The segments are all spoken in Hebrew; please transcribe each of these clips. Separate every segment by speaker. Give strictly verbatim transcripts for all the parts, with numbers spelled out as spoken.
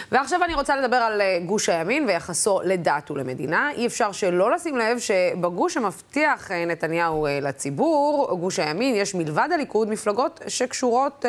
Speaker 1: ועכשיו אני רוצה לדבר על גוש הימין ויחסו לדת ולמדינה. אי אפשר שלא לשים לב שבגוש שמבטיח נתניהו לציבור, גוש הימין, יש מלבד הליכוד מפלגות שקשורות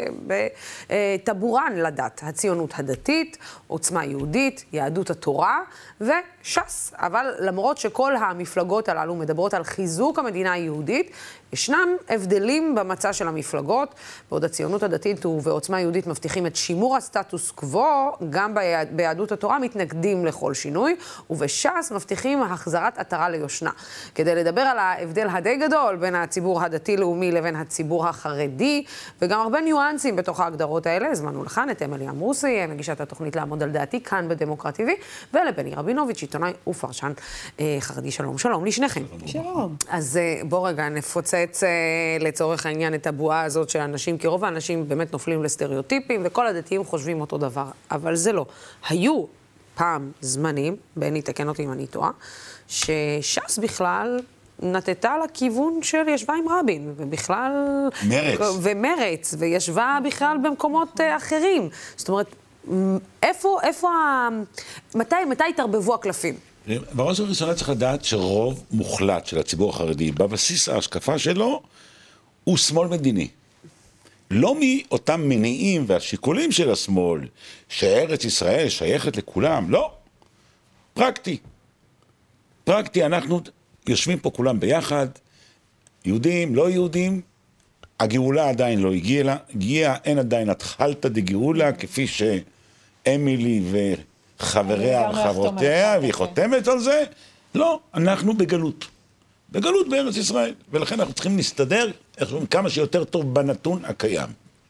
Speaker 1: בטבורן לדת. הציונות הדתית, עוצמה יהודית, יהדות התורה וש"ס. אבל למרות שכל המפלגות הללו מדברות על חיזוק המדינה היהודית, ישנם הבדלים במצע של המפלגות. בעוד הציונות הדתית ובעוצמה יהודית מבטיחים את שימור הסטטוס קוו, גם ביהדות התורה מתנגדים לכל שינוי, ובש"ס מבטיחים החזרת עטרה ליושנה. כדי לדבר על ההבדל הדי גדול בין הציבור הדתי-לאומי לבין הציבור החרדי, וגם הרבה ניואנסים בתוך ההגדרות האלה, הזמנו לכאן את אמילי עמרוסי, מגישת התוכנית לעמוד על דעתי, כאן בדמוקרט טי וי, ולבני רבינוביץ', עיתונאי ופרשן חרדי. שלום, שלום לשניכם.
Speaker 2: שלום.
Speaker 1: אז בוא רגע נפוצץ לצורך העניין את הבועה הזאת של אנשים, כי רוב האנשים באמת נופלים לסטריאוטיפים, וכל הדתיים חושבים אותו דבר, אבל זה לא. היו פעם זמנים, בני תקן אותי אם אני טועה, שש"ס בכלל נטטה לכיוון של ישבה עם רבין, ובכלל...
Speaker 3: מרץ.
Speaker 1: ומרץ, וישבה בכלל במקומות אחרים. זאת אומרת, איפה, איפה ה... מתי, מתי התערבבו הקלפים?
Speaker 3: בראש הראשונה צריך לדעת שרוב מוחלט של הציבור החרדי, בבסיס ההשקפה שלו, הוא שמאל מדיני. לא מאותם מניעים והשיקולים של השמאל, שארץ ישראל שייכת לכולם, לא. פרקטי. פרקטי, אנחנו יושבים פה כולם ביחד, יהודים, לא יהודים, הגאולה עדיין לא הגיעה, הגיעה, אין עדיין התחלת דגאולה, כפי שאמילי וחבריה וחברותיה, והיא חותמת על זה. לא, אנחנו בגלות. בגלות בארץ ישראל, ולכן אנחנו צריכים להסתדר כמה שיותר טוב בנתון הקיים.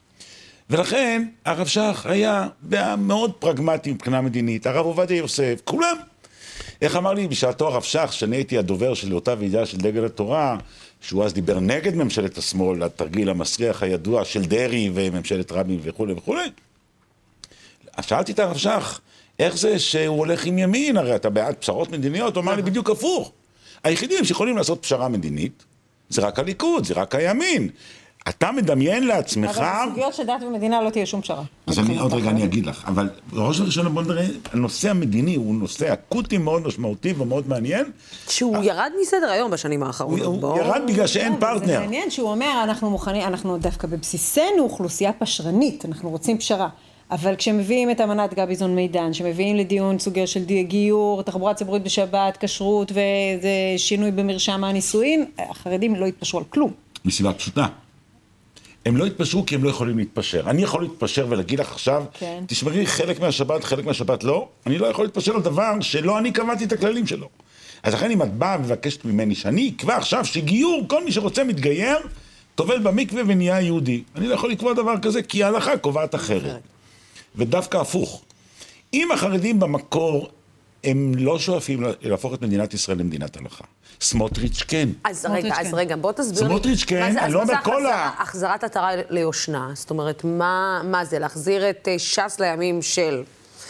Speaker 3: ולכן הרב שך היה מאוד פרגמטי מבחינה מדינית, הרב עובדיה יוסף, כולם. איך אמר לי בשעתו הרב שך, שאני הייתי הדובר של אותה ועידה של דגל התורה, שהוא אז דיבר נגד ממשלת השמאל, התרגיל המסריח הידוע של דרי וממשלת רבין וכו' וכו'. שאלתי את הרב שך, איך זה שהוא הולך עם ימין? הרי אתה בעד פשרות מדיניות, הוא אמר לי בדיוק הפוך. היחידים שיכולים לעשות פשרה מדינית, זה רק הליכוד, זה רק הימין. אתה מדמיין לעצמך...
Speaker 2: אבל בסוגיות שדת ומדינה לא תהיה שום פשרה.
Speaker 3: אז אני עוד רגע אני אגיד לך, אבל בראש הראשונה בוא נראה, הנושא המדיני הוא נושא אקוטי מאוד משמעותי ומאוד מעניין.
Speaker 1: שהוא ירד מסדר היום בשנים האחרונות.
Speaker 3: הוא ירד בגלל שאין פרטנר.
Speaker 2: זה מעניין שהוא אומר, אנחנו מוכנים, אנחנו דווקא בבסיסנו אוכלוסייה פשרנית, אנחנו רוצים פשרה. אבל כשמביאים את אמנת גביזון מידן, שמביאים לדיון סוגיה של גיור, תחבורה ציבורית בשבת, כשרות ושינוי במרשם הנישואין, החרדים לא יתפשרו על כלום.
Speaker 3: מסיבה פשוטה. הם לא יתפשרו כי הם לא יכולים להתפשר. אני יכול להתפשר ולהגיד לך עכשיו, כן. תשמרי חלק מהשבת, חלק מהשבת לא. אני לא יכול להתפשר על דבר שלא אני קבעתי את הכללים שלו. אז לכן אם את באה ומבקשת ממני שאני אקבע עכשיו שגיור, כל מי שרוצה מתגייר, טובל במקווה ונהיה יהודי. אני לא יכול לקבוע דבר כזה כי ההלכה קובעת אחרת. ודווקא הפוך. אם החרדים במקור הם לא שואפים להפוך את מדינת ישראל למדינת הלכה. סמוטריץ' כן.
Speaker 1: אז רגע, אז רגע, בוא תסביר לי.
Speaker 3: סמוטריץ' כן, אני לא בכל ה...
Speaker 1: החזרת עטרה ליושנה, זאת אומרת, מה זה? להחזיר את ש"ס לימים של...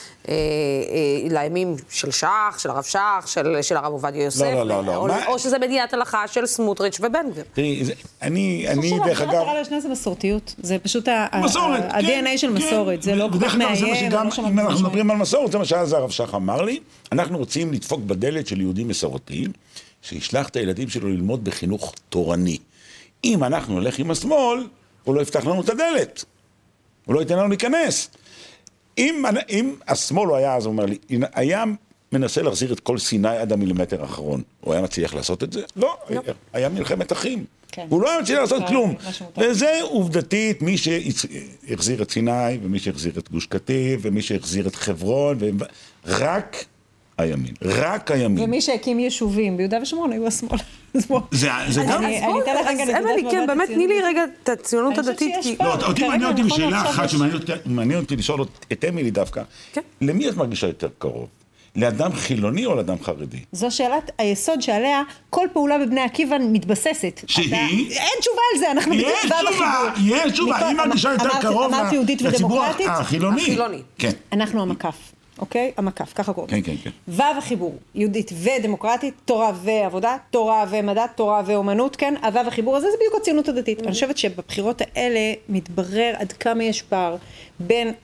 Speaker 1: לימים של שח, של הרב שח, של הרב עובדיה יוסף,
Speaker 3: לא, לא, לא, לא.
Speaker 1: או שזה מדינת הלכה של סמוטריץ' ובן גביר.
Speaker 3: תראי, אני, אני דרך אגב...
Speaker 2: החזרת עטרה ליושנה זה מסורתיות, זה פשוט ה-די אן איי של מסורת, זה לא כל כך מאיים.
Speaker 3: אם אנחנו מדברים על מסורת, זה מה שאז הרב שח אמר לי, אנחנו רוצים לדפוק בדלת של יהודים מסורתיים, שישלח את הילדים שלו ללמוד בחינוך תורני. אם אנחנו נלך עם השמאל, הוא לא יפתח לנו את הדלת. הוא לא ייתן לנו להיכנס. אם, אם השמאל הוא היה, אז הוא אומר לי, היה מנסה להחזיר את כל סיני עד המילימטר האחרון. הוא היה מצליח לעשות את זה? לא, לא. היה, היה מלחמת אחים. כן. הוא לא היה מצליח לעשות כלום. וזה עובדתית, מי שהחזיר את סיני, ומי שהחזיר את גוש קטיף, ומי שהחזיר את חברון, רק הימין. רק הימין.
Speaker 2: ומי שהקים יישובים ביהודה ושומרון היו השמאל.
Speaker 3: זה גם...
Speaker 2: אני אתן לך רגע
Speaker 1: נקודת מבט. כן, באמת, תני לי רגע את הציונות הדתית.
Speaker 3: לא, אותי מעניין אותי בשאלה אחת שמעניין אותי לשאול את אמילי דווקא. למי את מרגישה יותר קרוב? לאדם חילוני או לאדם חרדי?
Speaker 2: זו שאלת היסוד שעליה כל פעולה בבני עקיבא מתבססת.
Speaker 3: שהיא?
Speaker 2: אין תשובה על זה, אנחנו בדיוק בחיבור.
Speaker 3: יש תשובה, היא מרגישה יותר קרוב לציבור החילוני.
Speaker 1: החילוני.
Speaker 3: כן.
Speaker 2: אנחנו המקף. אוקיי? המקף, ככה קוראים.
Speaker 3: כן, כן, כן.
Speaker 2: וו החיבור, יהודית ודמוקרטית, תורה ועבודה, תורה ומדע, תורה ואומנות, כן? הוו החיבור הזה זה בדיוק הציונות הדתית. אני חושבת שבבחירות האלה מתברר עד כמה יש פער בין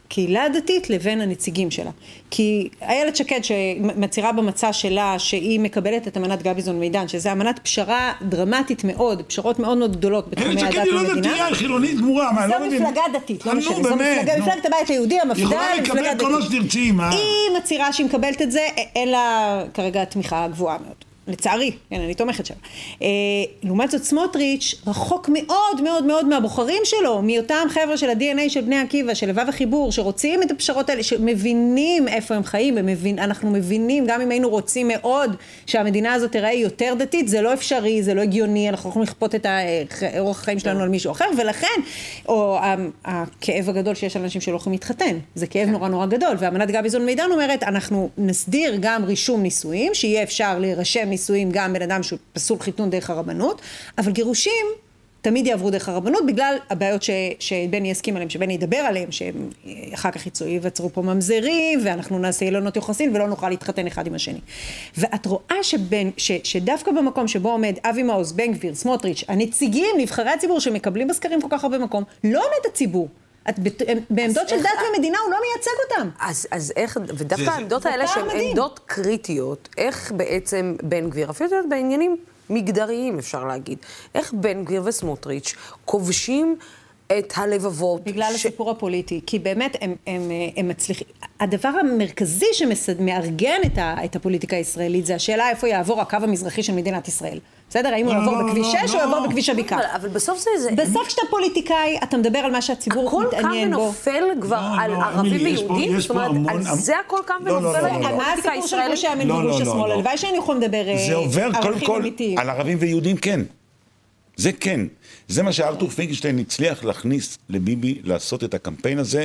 Speaker 2: הקהילה הדתית לבין הנציגים שלה. כי איילת שקד שמצהירה במצע שלה שהיא מקבלת את אמנת גביזון מידן, שזה אמנת פשרה דרמטית מאוד, פשרות מאוד מאוד גדולות בתחומי הדת במדינה.
Speaker 3: איילת שקד היא לא דתייה, חילונית גמורה, מה,
Speaker 2: זו מפלגה דתית, לא משנה, זו מפלגת הבית היהודי, המפד"ל, מפלגה דתית. היא מצהירה שהיא מקבלת את זה, אין לה כרגע תמיכה גבוהה מאוד. לצערי, כן, אני תומכת שם. אה, לעומת זאת סמוטריץ' רחוק מאוד מאוד מאוד מהבוחרים שלו, מאותם חבר'ה של ה-די אן איי של בני עקיבא, של לבב החיבור, שרוצים את הפשרות האלה, שמבינים איפה הם חיים, מבין, אנחנו מבינים, גם אם היינו רוצים מאוד שהמדינה הזאת תראה יותר דתית, זה לא אפשרי, זה לא הגיוני, אנחנו יכולים לכפות את האורח החיים שלנו על מישהו אחר, ולכן, או הכאב הגדול שיש על אנשים שלא יכולים להתחתן, זה כאב נורא נורא גדול, ואמנת גביזון מידן אומרת, אנחנו נסדיר גם רישום נישואים, שיהיה אפשר להירשם נישואים גם בן אדם שהוא פסול חיתון דרך הרבנות, אבל גירושים תמיד יעברו דרך הרבנות, בגלל הבעיות ש, שבני יסכים עליהם, שבני ידבר עליהם, שהם אחר כך יצאו, יווצרו פה ממזרים, ואנחנו נעשה אילנות יוחסין, ולא נוכל להתחתן אחד עם השני. ואת רואה שבן, ש, שדווקא במקום שבו עומד אבי מעוז, בן גביר, סמוטריץ', הנציגים, נבחרי הציבור שמקבלים בסקרים כל כך הרבה מקום, לא עומד הציבור. בעמדות של דת ומדינה הוא לא מייצג אותם.
Speaker 1: אז, אז איך, ודווקא העמדות האלה שהן עמדות קריטיות, איך בעצם בן גביר, אפילו בעניינים מגדריים אפשר להגיד, איך בן גביר וסמוטריץ' כובשים את הלבבות.
Speaker 2: בגלל ש... הסיפור הפוליטי, כי באמת הם, הם, הם מצליחים. הדבר המרכזי שמארגן את, ה, את הפוליטיקה הישראלית, זה השאלה איפה יעבור הקו המזרחי של מדינת ישראל. בסדר? האם הוא יעבור בכביש שש או יעבור בכביש הבקעה?
Speaker 1: אבל בסוף זה...
Speaker 2: בסוף כשאתה פוליטיקאי, אתה מדבר על מה שהציבור מתעניין בו.
Speaker 1: הכל קם ונופל כבר על ערבים ויהודים? זאת אומרת, על זה הכל קם ונופל על הפוליטיקה הישראלית?
Speaker 2: מה הסיפור של גוש הימין וגוש השמאל? הלוואי שאני יכולים לדבר
Speaker 3: זה עובר קודם כל על ערבים ויהודים, כן. זה כן. זה מה שארתור פינקלשטיין הצליח להכניס לביבי, לעשות את הקמפיין הזה.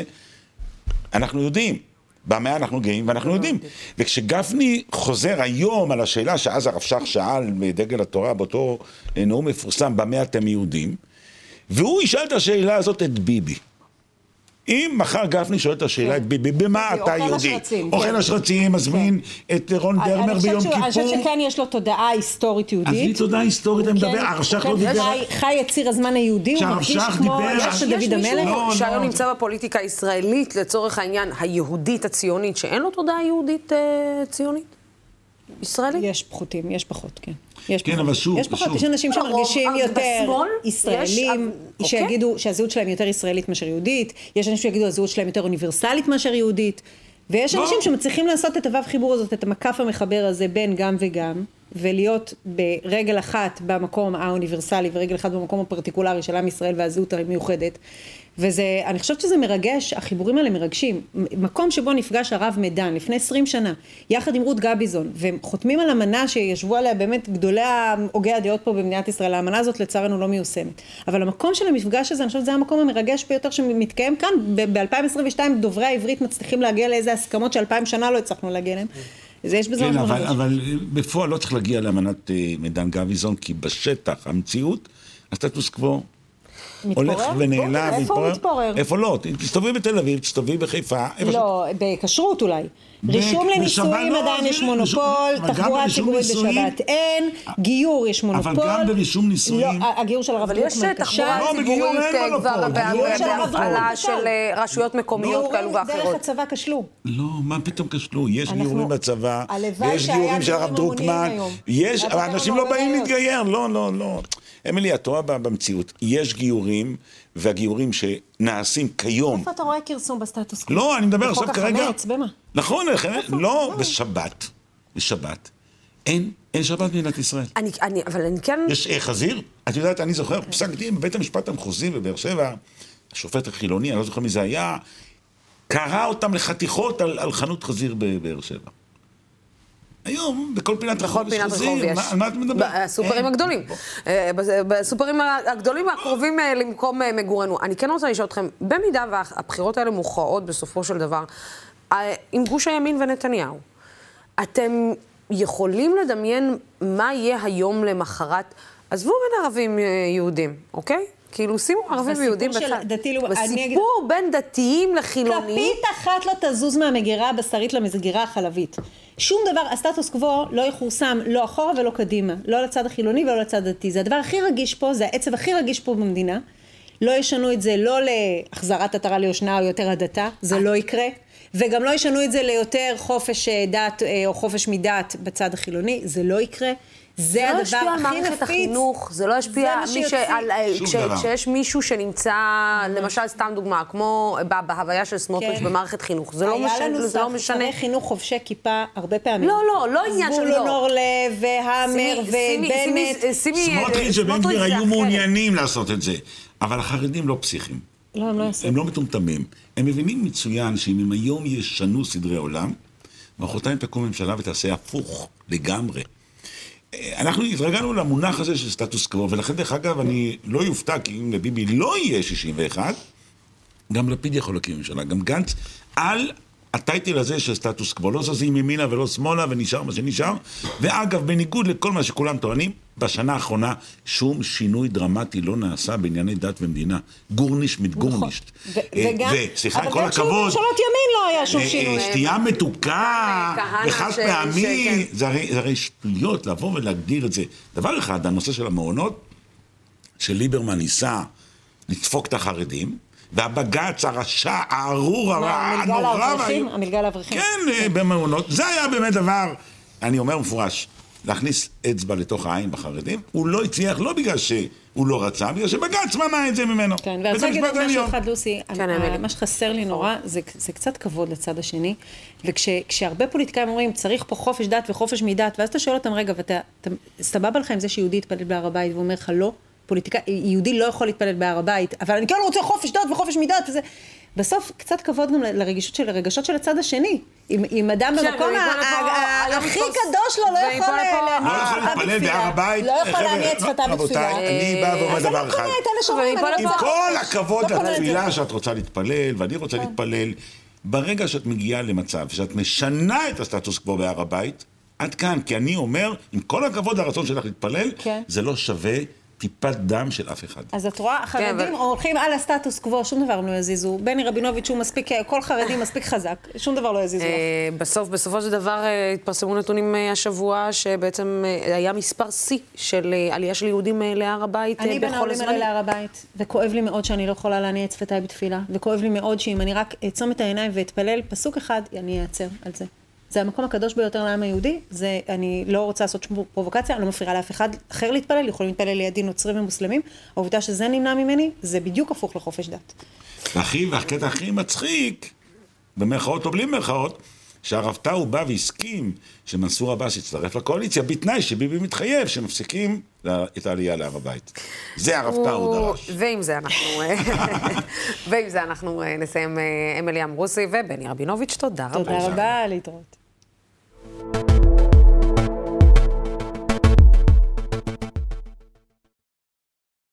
Speaker 3: אנחנו יודעים. במה אנחנו גאים, ואנחנו יודעים. וכשגפני חוזר היום על השאלה שאז הרב שך שאל מדגל התורה באותו נאום מפורסם, במה אתם יהודים, והוא ישאל את השאלה הזאת את ביבי. אם מחר גפני שואל את השאלה את ביבי, במה אתה יהודי? אוכל השרצים, מזמין את רון דרמר ביום כיפור.
Speaker 2: אני חושבת שכן יש לו תודעה היסטורית יהודית.
Speaker 3: אז היא תודעה היסטורית, אני מדבר, הרב שך לא דיבר.
Speaker 2: חי את ציר הזמן היהודי, הוא מרגיש כמו יש דוד המלך.
Speaker 1: שהיום נמצא בפוליטיקה הישראלית, לצורך העניין היהודית הציונית, שאין לו תודעה יהודית ציונית? ישראלית?
Speaker 2: יש פחותים, יש פחות, כן. יש
Speaker 3: כן, אבל שוב,
Speaker 2: יש פחות, יש אנשים שמרגישים יותר ישראלים, שיגידו שהזהות שלהם יותר ישראלית מאשר יהודית, יש אנשים שיגידו שהזהות שלהם יותר אוניברסלית מאשר יהודית, ויש אנשים שמצליחים לעשות את הוו חיבור הזאת, את המקף המחבר הזה בין גם וגם, ולהיות ברגל אחת במקום האוניברסלי ורגל אחת במקום הפרטיקולרי של עם ישראל והזהות המיוחדת. וזה, אני חושבת שזה מרגש, החיבורים האלה מרגשים. מקום שבו נפגש הרב מידן לפני עשרים שנה, יחד עם רות גביזון, והם חותמים על אמנה שישבו עליה באמת גדולי הוגי הדעות פה במדינת ישראל. האמנה הזאת לצערנו לא מיושמת. אבל המקום של המפגש הזה, אני חושבת שזה המקום המרגש ביותר שמתקיים כאן. ב-אלפיים עשרים ושתיים דוברי העברית מצליחים להגיע לאיזה הסכמות שאלפיים שנה לא הצלחנו להגיע להם. זה יש בזה
Speaker 3: כן,
Speaker 2: משהו
Speaker 3: אבל,
Speaker 2: מרגש.
Speaker 3: אבל בפועל לא צריך להגיע לאמנת מידן גביזון, כי בשטח, המציאות, הסטטוס קוו, הולך ונעלם.
Speaker 2: איפה הוא מתפורר?
Speaker 3: איפה לא? תסתובבי בתל אביב, תסתובבי בחיפה.
Speaker 2: לא, בכשרות אולי. רישום לנישואים עדיין יש מונופול, תחבורה ציבורית בשבת אין, גיור יש מונופול.
Speaker 3: אבל גם ברישום נישואים.
Speaker 2: לא, הגיור של הרב דרוקמן
Speaker 1: אבל יש תחבורה ציבורית כבר בהפעלה של רשויות מקומיות כאלו ואחרות.
Speaker 2: גיורים דרך הצבא כשלו.
Speaker 3: לא, מה פתאום כשלו? יש גיורים בצבא, ויש גיורים של הרב דרוקמן, יש, אבל אנשים לא באים להתגייר, לא, לא, לא. אמילי, את רואה במציאות, יש גיורים, והגיורים שנעשים כיום.
Speaker 2: איפה אתה רואה כרסום בסטטוס קוו?
Speaker 3: לא, אני מדבר עכשיו כרגע.
Speaker 2: בחוק החמץ, במה?
Speaker 3: נכון, לא, בשבת, בשבת, אין, אין שבת במדינת ישראל.
Speaker 1: אני, אני, אבל אני כן...
Speaker 3: יש חזיר? את יודעת, אני זוכר, פסק דין בבית המשפט המחוזי בבאר שבע, השופט החילוני, אני לא זוכר מי זה היה, קרא אותם לחתיכות על, על חנות חזיר בבאר שבע. היום, בכל פינת רחוב יש חזיר, על מה את מדבר?
Speaker 1: בסופרים הגדולים. בסופרים הגדולים הקרובים למקום מגורנו. אני כן רוצה לשאול אתכם, במידה והבחירות האלה מוכרעות בסופו של דבר, עם גוש הימין ונתניהו, אתם יכולים לדמיין מה יהיה היום למחרת? עזבו בין ערבים יהודים, אוקיי? כאילו, שימו ערבים ויהודים בצד. בסיפור בין דתיים לחילוניים.
Speaker 2: כפית אחת לא תזוז מהמגירה הבשרית למגירה החלבית. שום דבר, הסטטוס קוו לא יחורסם, לא אחורה ולא קדימה. לא לצד החילוני ולא לצד הדתי. זה הדבר הכי רגיש פה, זה העצב הכי רגיש פה במדינה. לא ישנו את זה לא להחזרת עטרה ליושנה או יותר הדתה, זה לא יקרה. וגם לא ישנו את זה ליותר חופש דת או חופש מדת בצד החילוני, זה לא יקרה. זה הדבר הכי נפיץ.
Speaker 1: זה לא ישפיע על מערכת החינוך, זה לא ישפיע כשיש מישהו שנמצא, למשל סתם דוגמה, כמו בהוויה של סמוטריץ' במערכת חינוך, זה לא משנה.
Speaker 2: היה לנו שרי חינוך חובשי כיפה הרבה פעמים.
Speaker 1: לא, לא, לא עניין של לא.
Speaker 2: זבולון אורלב והמר ובנט.
Speaker 3: סמוטריץ' ובן גביר היו מעוניינים לעשות את זה, אבל החרדים לא פסיכים.
Speaker 2: לא, הם לא יעשו.
Speaker 3: הם לא מטומטמים. הם מבינים מצוין שאם הם היום ישנו סדרי עולם, מחרתיים תקום ממשלה ותעשה הפוך לגמרי. אנחנו התרגלנו למונח הזה של סטטוס קוו, ולכן דרך אגב אני לא יופתע כי אם לביבי לא יהיה שישים ואחת, גם לפיד יכול להקים ממשלה, גם גנץ על הטייטל הזה של סטטוס קוו, לא זזים ימינה ולא שמאלה ונשאר מה שנשאר, ואגב בניגוד לכל מה שכולם טוענים, בשנה האחרונה שום שינוי דרמטי לא נעשה בענייני דת ומדינה, גורניש מתגורנישט. וסליחה, עם כל הכבוד,
Speaker 2: אבל גם ממשלות ימין לא היה שום שינוי.
Speaker 3: שתייה מתוקה וחד פעמי, זה הרי שטויות לבוא ולהגדיר את זה. דבר אחד, הנושא של המעונות, שליברמן ניסה לדפוק את החרדים, והבג"ץ הרשע, הארור, הנורא,
Speaker 2: המלגה לאברכים.
Speaker 3: כן, במעונות. זה היה באמת דבר, אני אומר מפורש, להכניס אצבע לתוך העין בחרדים. הוא לא הצליח, לא בגלל שהוא לא רצה, בגלל שבג"ץ מנע את זה ממנו.
Speaker 2: כן, ואני רוצה להגיד עוד משהו אחד, לוסי, מה שחסר לי נורא, זה קצת כבוד לצד השני, וכשהרבה פוליטיקאים אומרים, צריך פה חופש דת וחופש מדת, ואז אתה שואל אותם, רגע, ואתה סבבה לך עם זה שיהודי יתפלל בהר הבית, ואומר לך, לא, פוליטיקאי, יהודי לא יכול להתפלל בהר הבית, אבל אני כן רוצה חופש דת וחופש מדת, וזה... בסוף קצת כבוד גם לרגישות של, לרגשות של הצד השני. אם אדם במקום הכי קדוש לו לא יכול...
Speaker 3: לא יכול להתפלל בהר הבית.
Speaker 2: לא יכול להניע את שפתיו בתפילה.
Speaker 3: אני בא ואומר דבר אחד. עם כל הכבוד
Speaker 2: לא
Speaker 3: לתפילה שאת רוצה להתפלל, ואני רוצה להתפלל, ברגע שאת מגיעה למצב שאת משנה את הסטטוס קוו בהר הבית, עד כאן, כי אני אומר, עם כל הכבוד הרצון שלך להתפלל, זה לא שווה טיפת דם של אף אחד.
Speaker 2: אז את רואה, החרדים הולכים על הסטטוס קוו, שום דבר לא יזיזו. בני רבינוביץ' הוא מספיק, כל חרדי מספיק חזק, שום דבר לא יזיזו.
Speaker 1: בסוף, בסופו של דבר התפרסמו נתונים השבוע, שבעצם היה מספר שיא של עלייה של יהודים להר הבית בכל הזמנים.
Speaker 2: אני בין העולים האלה להר הבית, וכואב לי מאוד שאני לא יכולה להניע את שפתיי בתפילה, וכואב לי מאוד שאם אני רק אעצום את העיניים ואתפלל פסוק אחד, אני אעצר על זה. זה המקום הקדוש ביותר לעם היהודי, זה, אני לא רוצה לעשות שום פרובוקציה, אני לא מפריעה לאף אחד אחר להתפלל, יכולים להתפלל לידי נוצרים ומוסלמים, העובדה שזה נמנע ממני, זה בדיוק הפוך לחופש דת.
Speaker 3: והכי, והקטע הכי מצחיק, במרכאות או בלי מרכאות, שהרב טאו בא והסכים שמנסור עבאס יצטרף לקואליציה, בתנאי שביבי מתחייב שמפסיקים את העלייה להר הבית. זה הרב טאו דרש.
Speaker 1: ועם זה אנחנו, ועם זה אנחנו נסיים. אמילי אמרוסי ובני רבינוביץ', תודה רבה.
Speaker 2: תודה רבה, להתראות.